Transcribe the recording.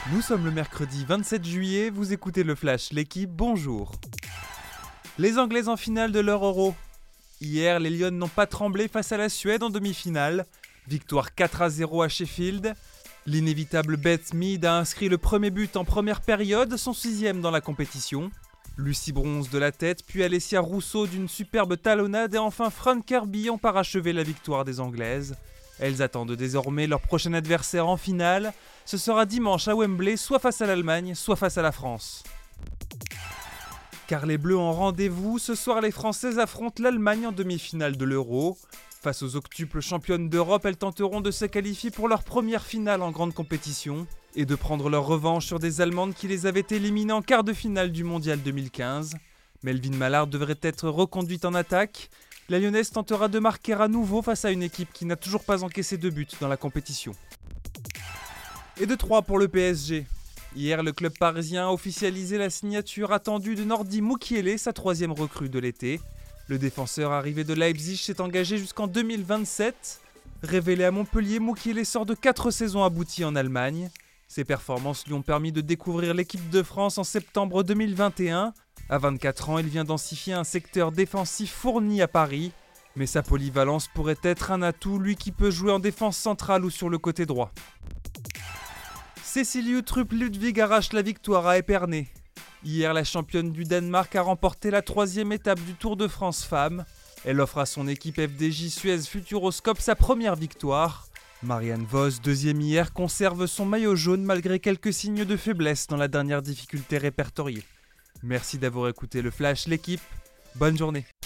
Nous sommes le mercredi 27 juillet, vous écoutez le Flash, l'équipe, bonjour. Les Anglaises en finale de l'Euro. Hier, les Lionnes n'ont pas tremblé face à la Suède en demi-finale. Victoire 4-0 à Sheffield. L'inévitable Beth Mead a inscrit le premier but en première période, son 6e dans la compétition. Lucy Bronze de la tête, puis Alessia Russo d'une superbe talonnade et enfin Fran Kirby ont parachevé la victoire des Anglaises. Elles attendent désormais leur prochain adversaire en finale. Ce sera dimanche à Wembley, soit face à l'Allemagne, soit face à la France. Car les Bleus ont rendez-vous, ce soir les Françaises affrontent l'Allemagne en demi-finale de l'Euro. Face aux octuples championnes d'Europe, elles tenteront de se qualifier pour leur première finale en grande compétition et de prendre leur revanche sur des Allemandes qui les avaient éliminées en quart de finale du Mondial 2015. Melvin Mallard devrait être reconduite en attaque. La Lyonnaise tentera de marquer à nouveau face à une équipe qui n'a toujours pas encaissé de but dans la compétition. Et de 3 pour le PSG. Hier, le club parisien a officialisé la signature attendue de Nordi Mukiele, sa 3e recrue de l'été. Le défenseur arrivé de Leipzig s'est engagé jusqu'en 2027. Révélé à Montpellier, Mukiele sort de 4 saisons abouties en Allemagne. Ses performances lui ont permis de découvrir l'équipe de France en septembre 2021. À 24 ans, il vient densifier un secteur défensif fourni à Paris. Mais sa polyvalence pourrait être un atout, lui qui peut jouer en défense centrale ou sur le côté droit. Cécilie Uttrup Ludwig arrache la victoire à Épernay. Hier, la championne du Danemark a remporté la 3e étape du Tour de France Femmes. Elle offre à son équipe FDJ Suez Futuroscope sa première victoire. Marianne Vos, 2e hier, conserve son maillot jaune malgré quelques signes de faiblesse dans la dernière difficulté répertoriée. Merci d'avoir écouté le Flash, l'équipe. Bonne journée.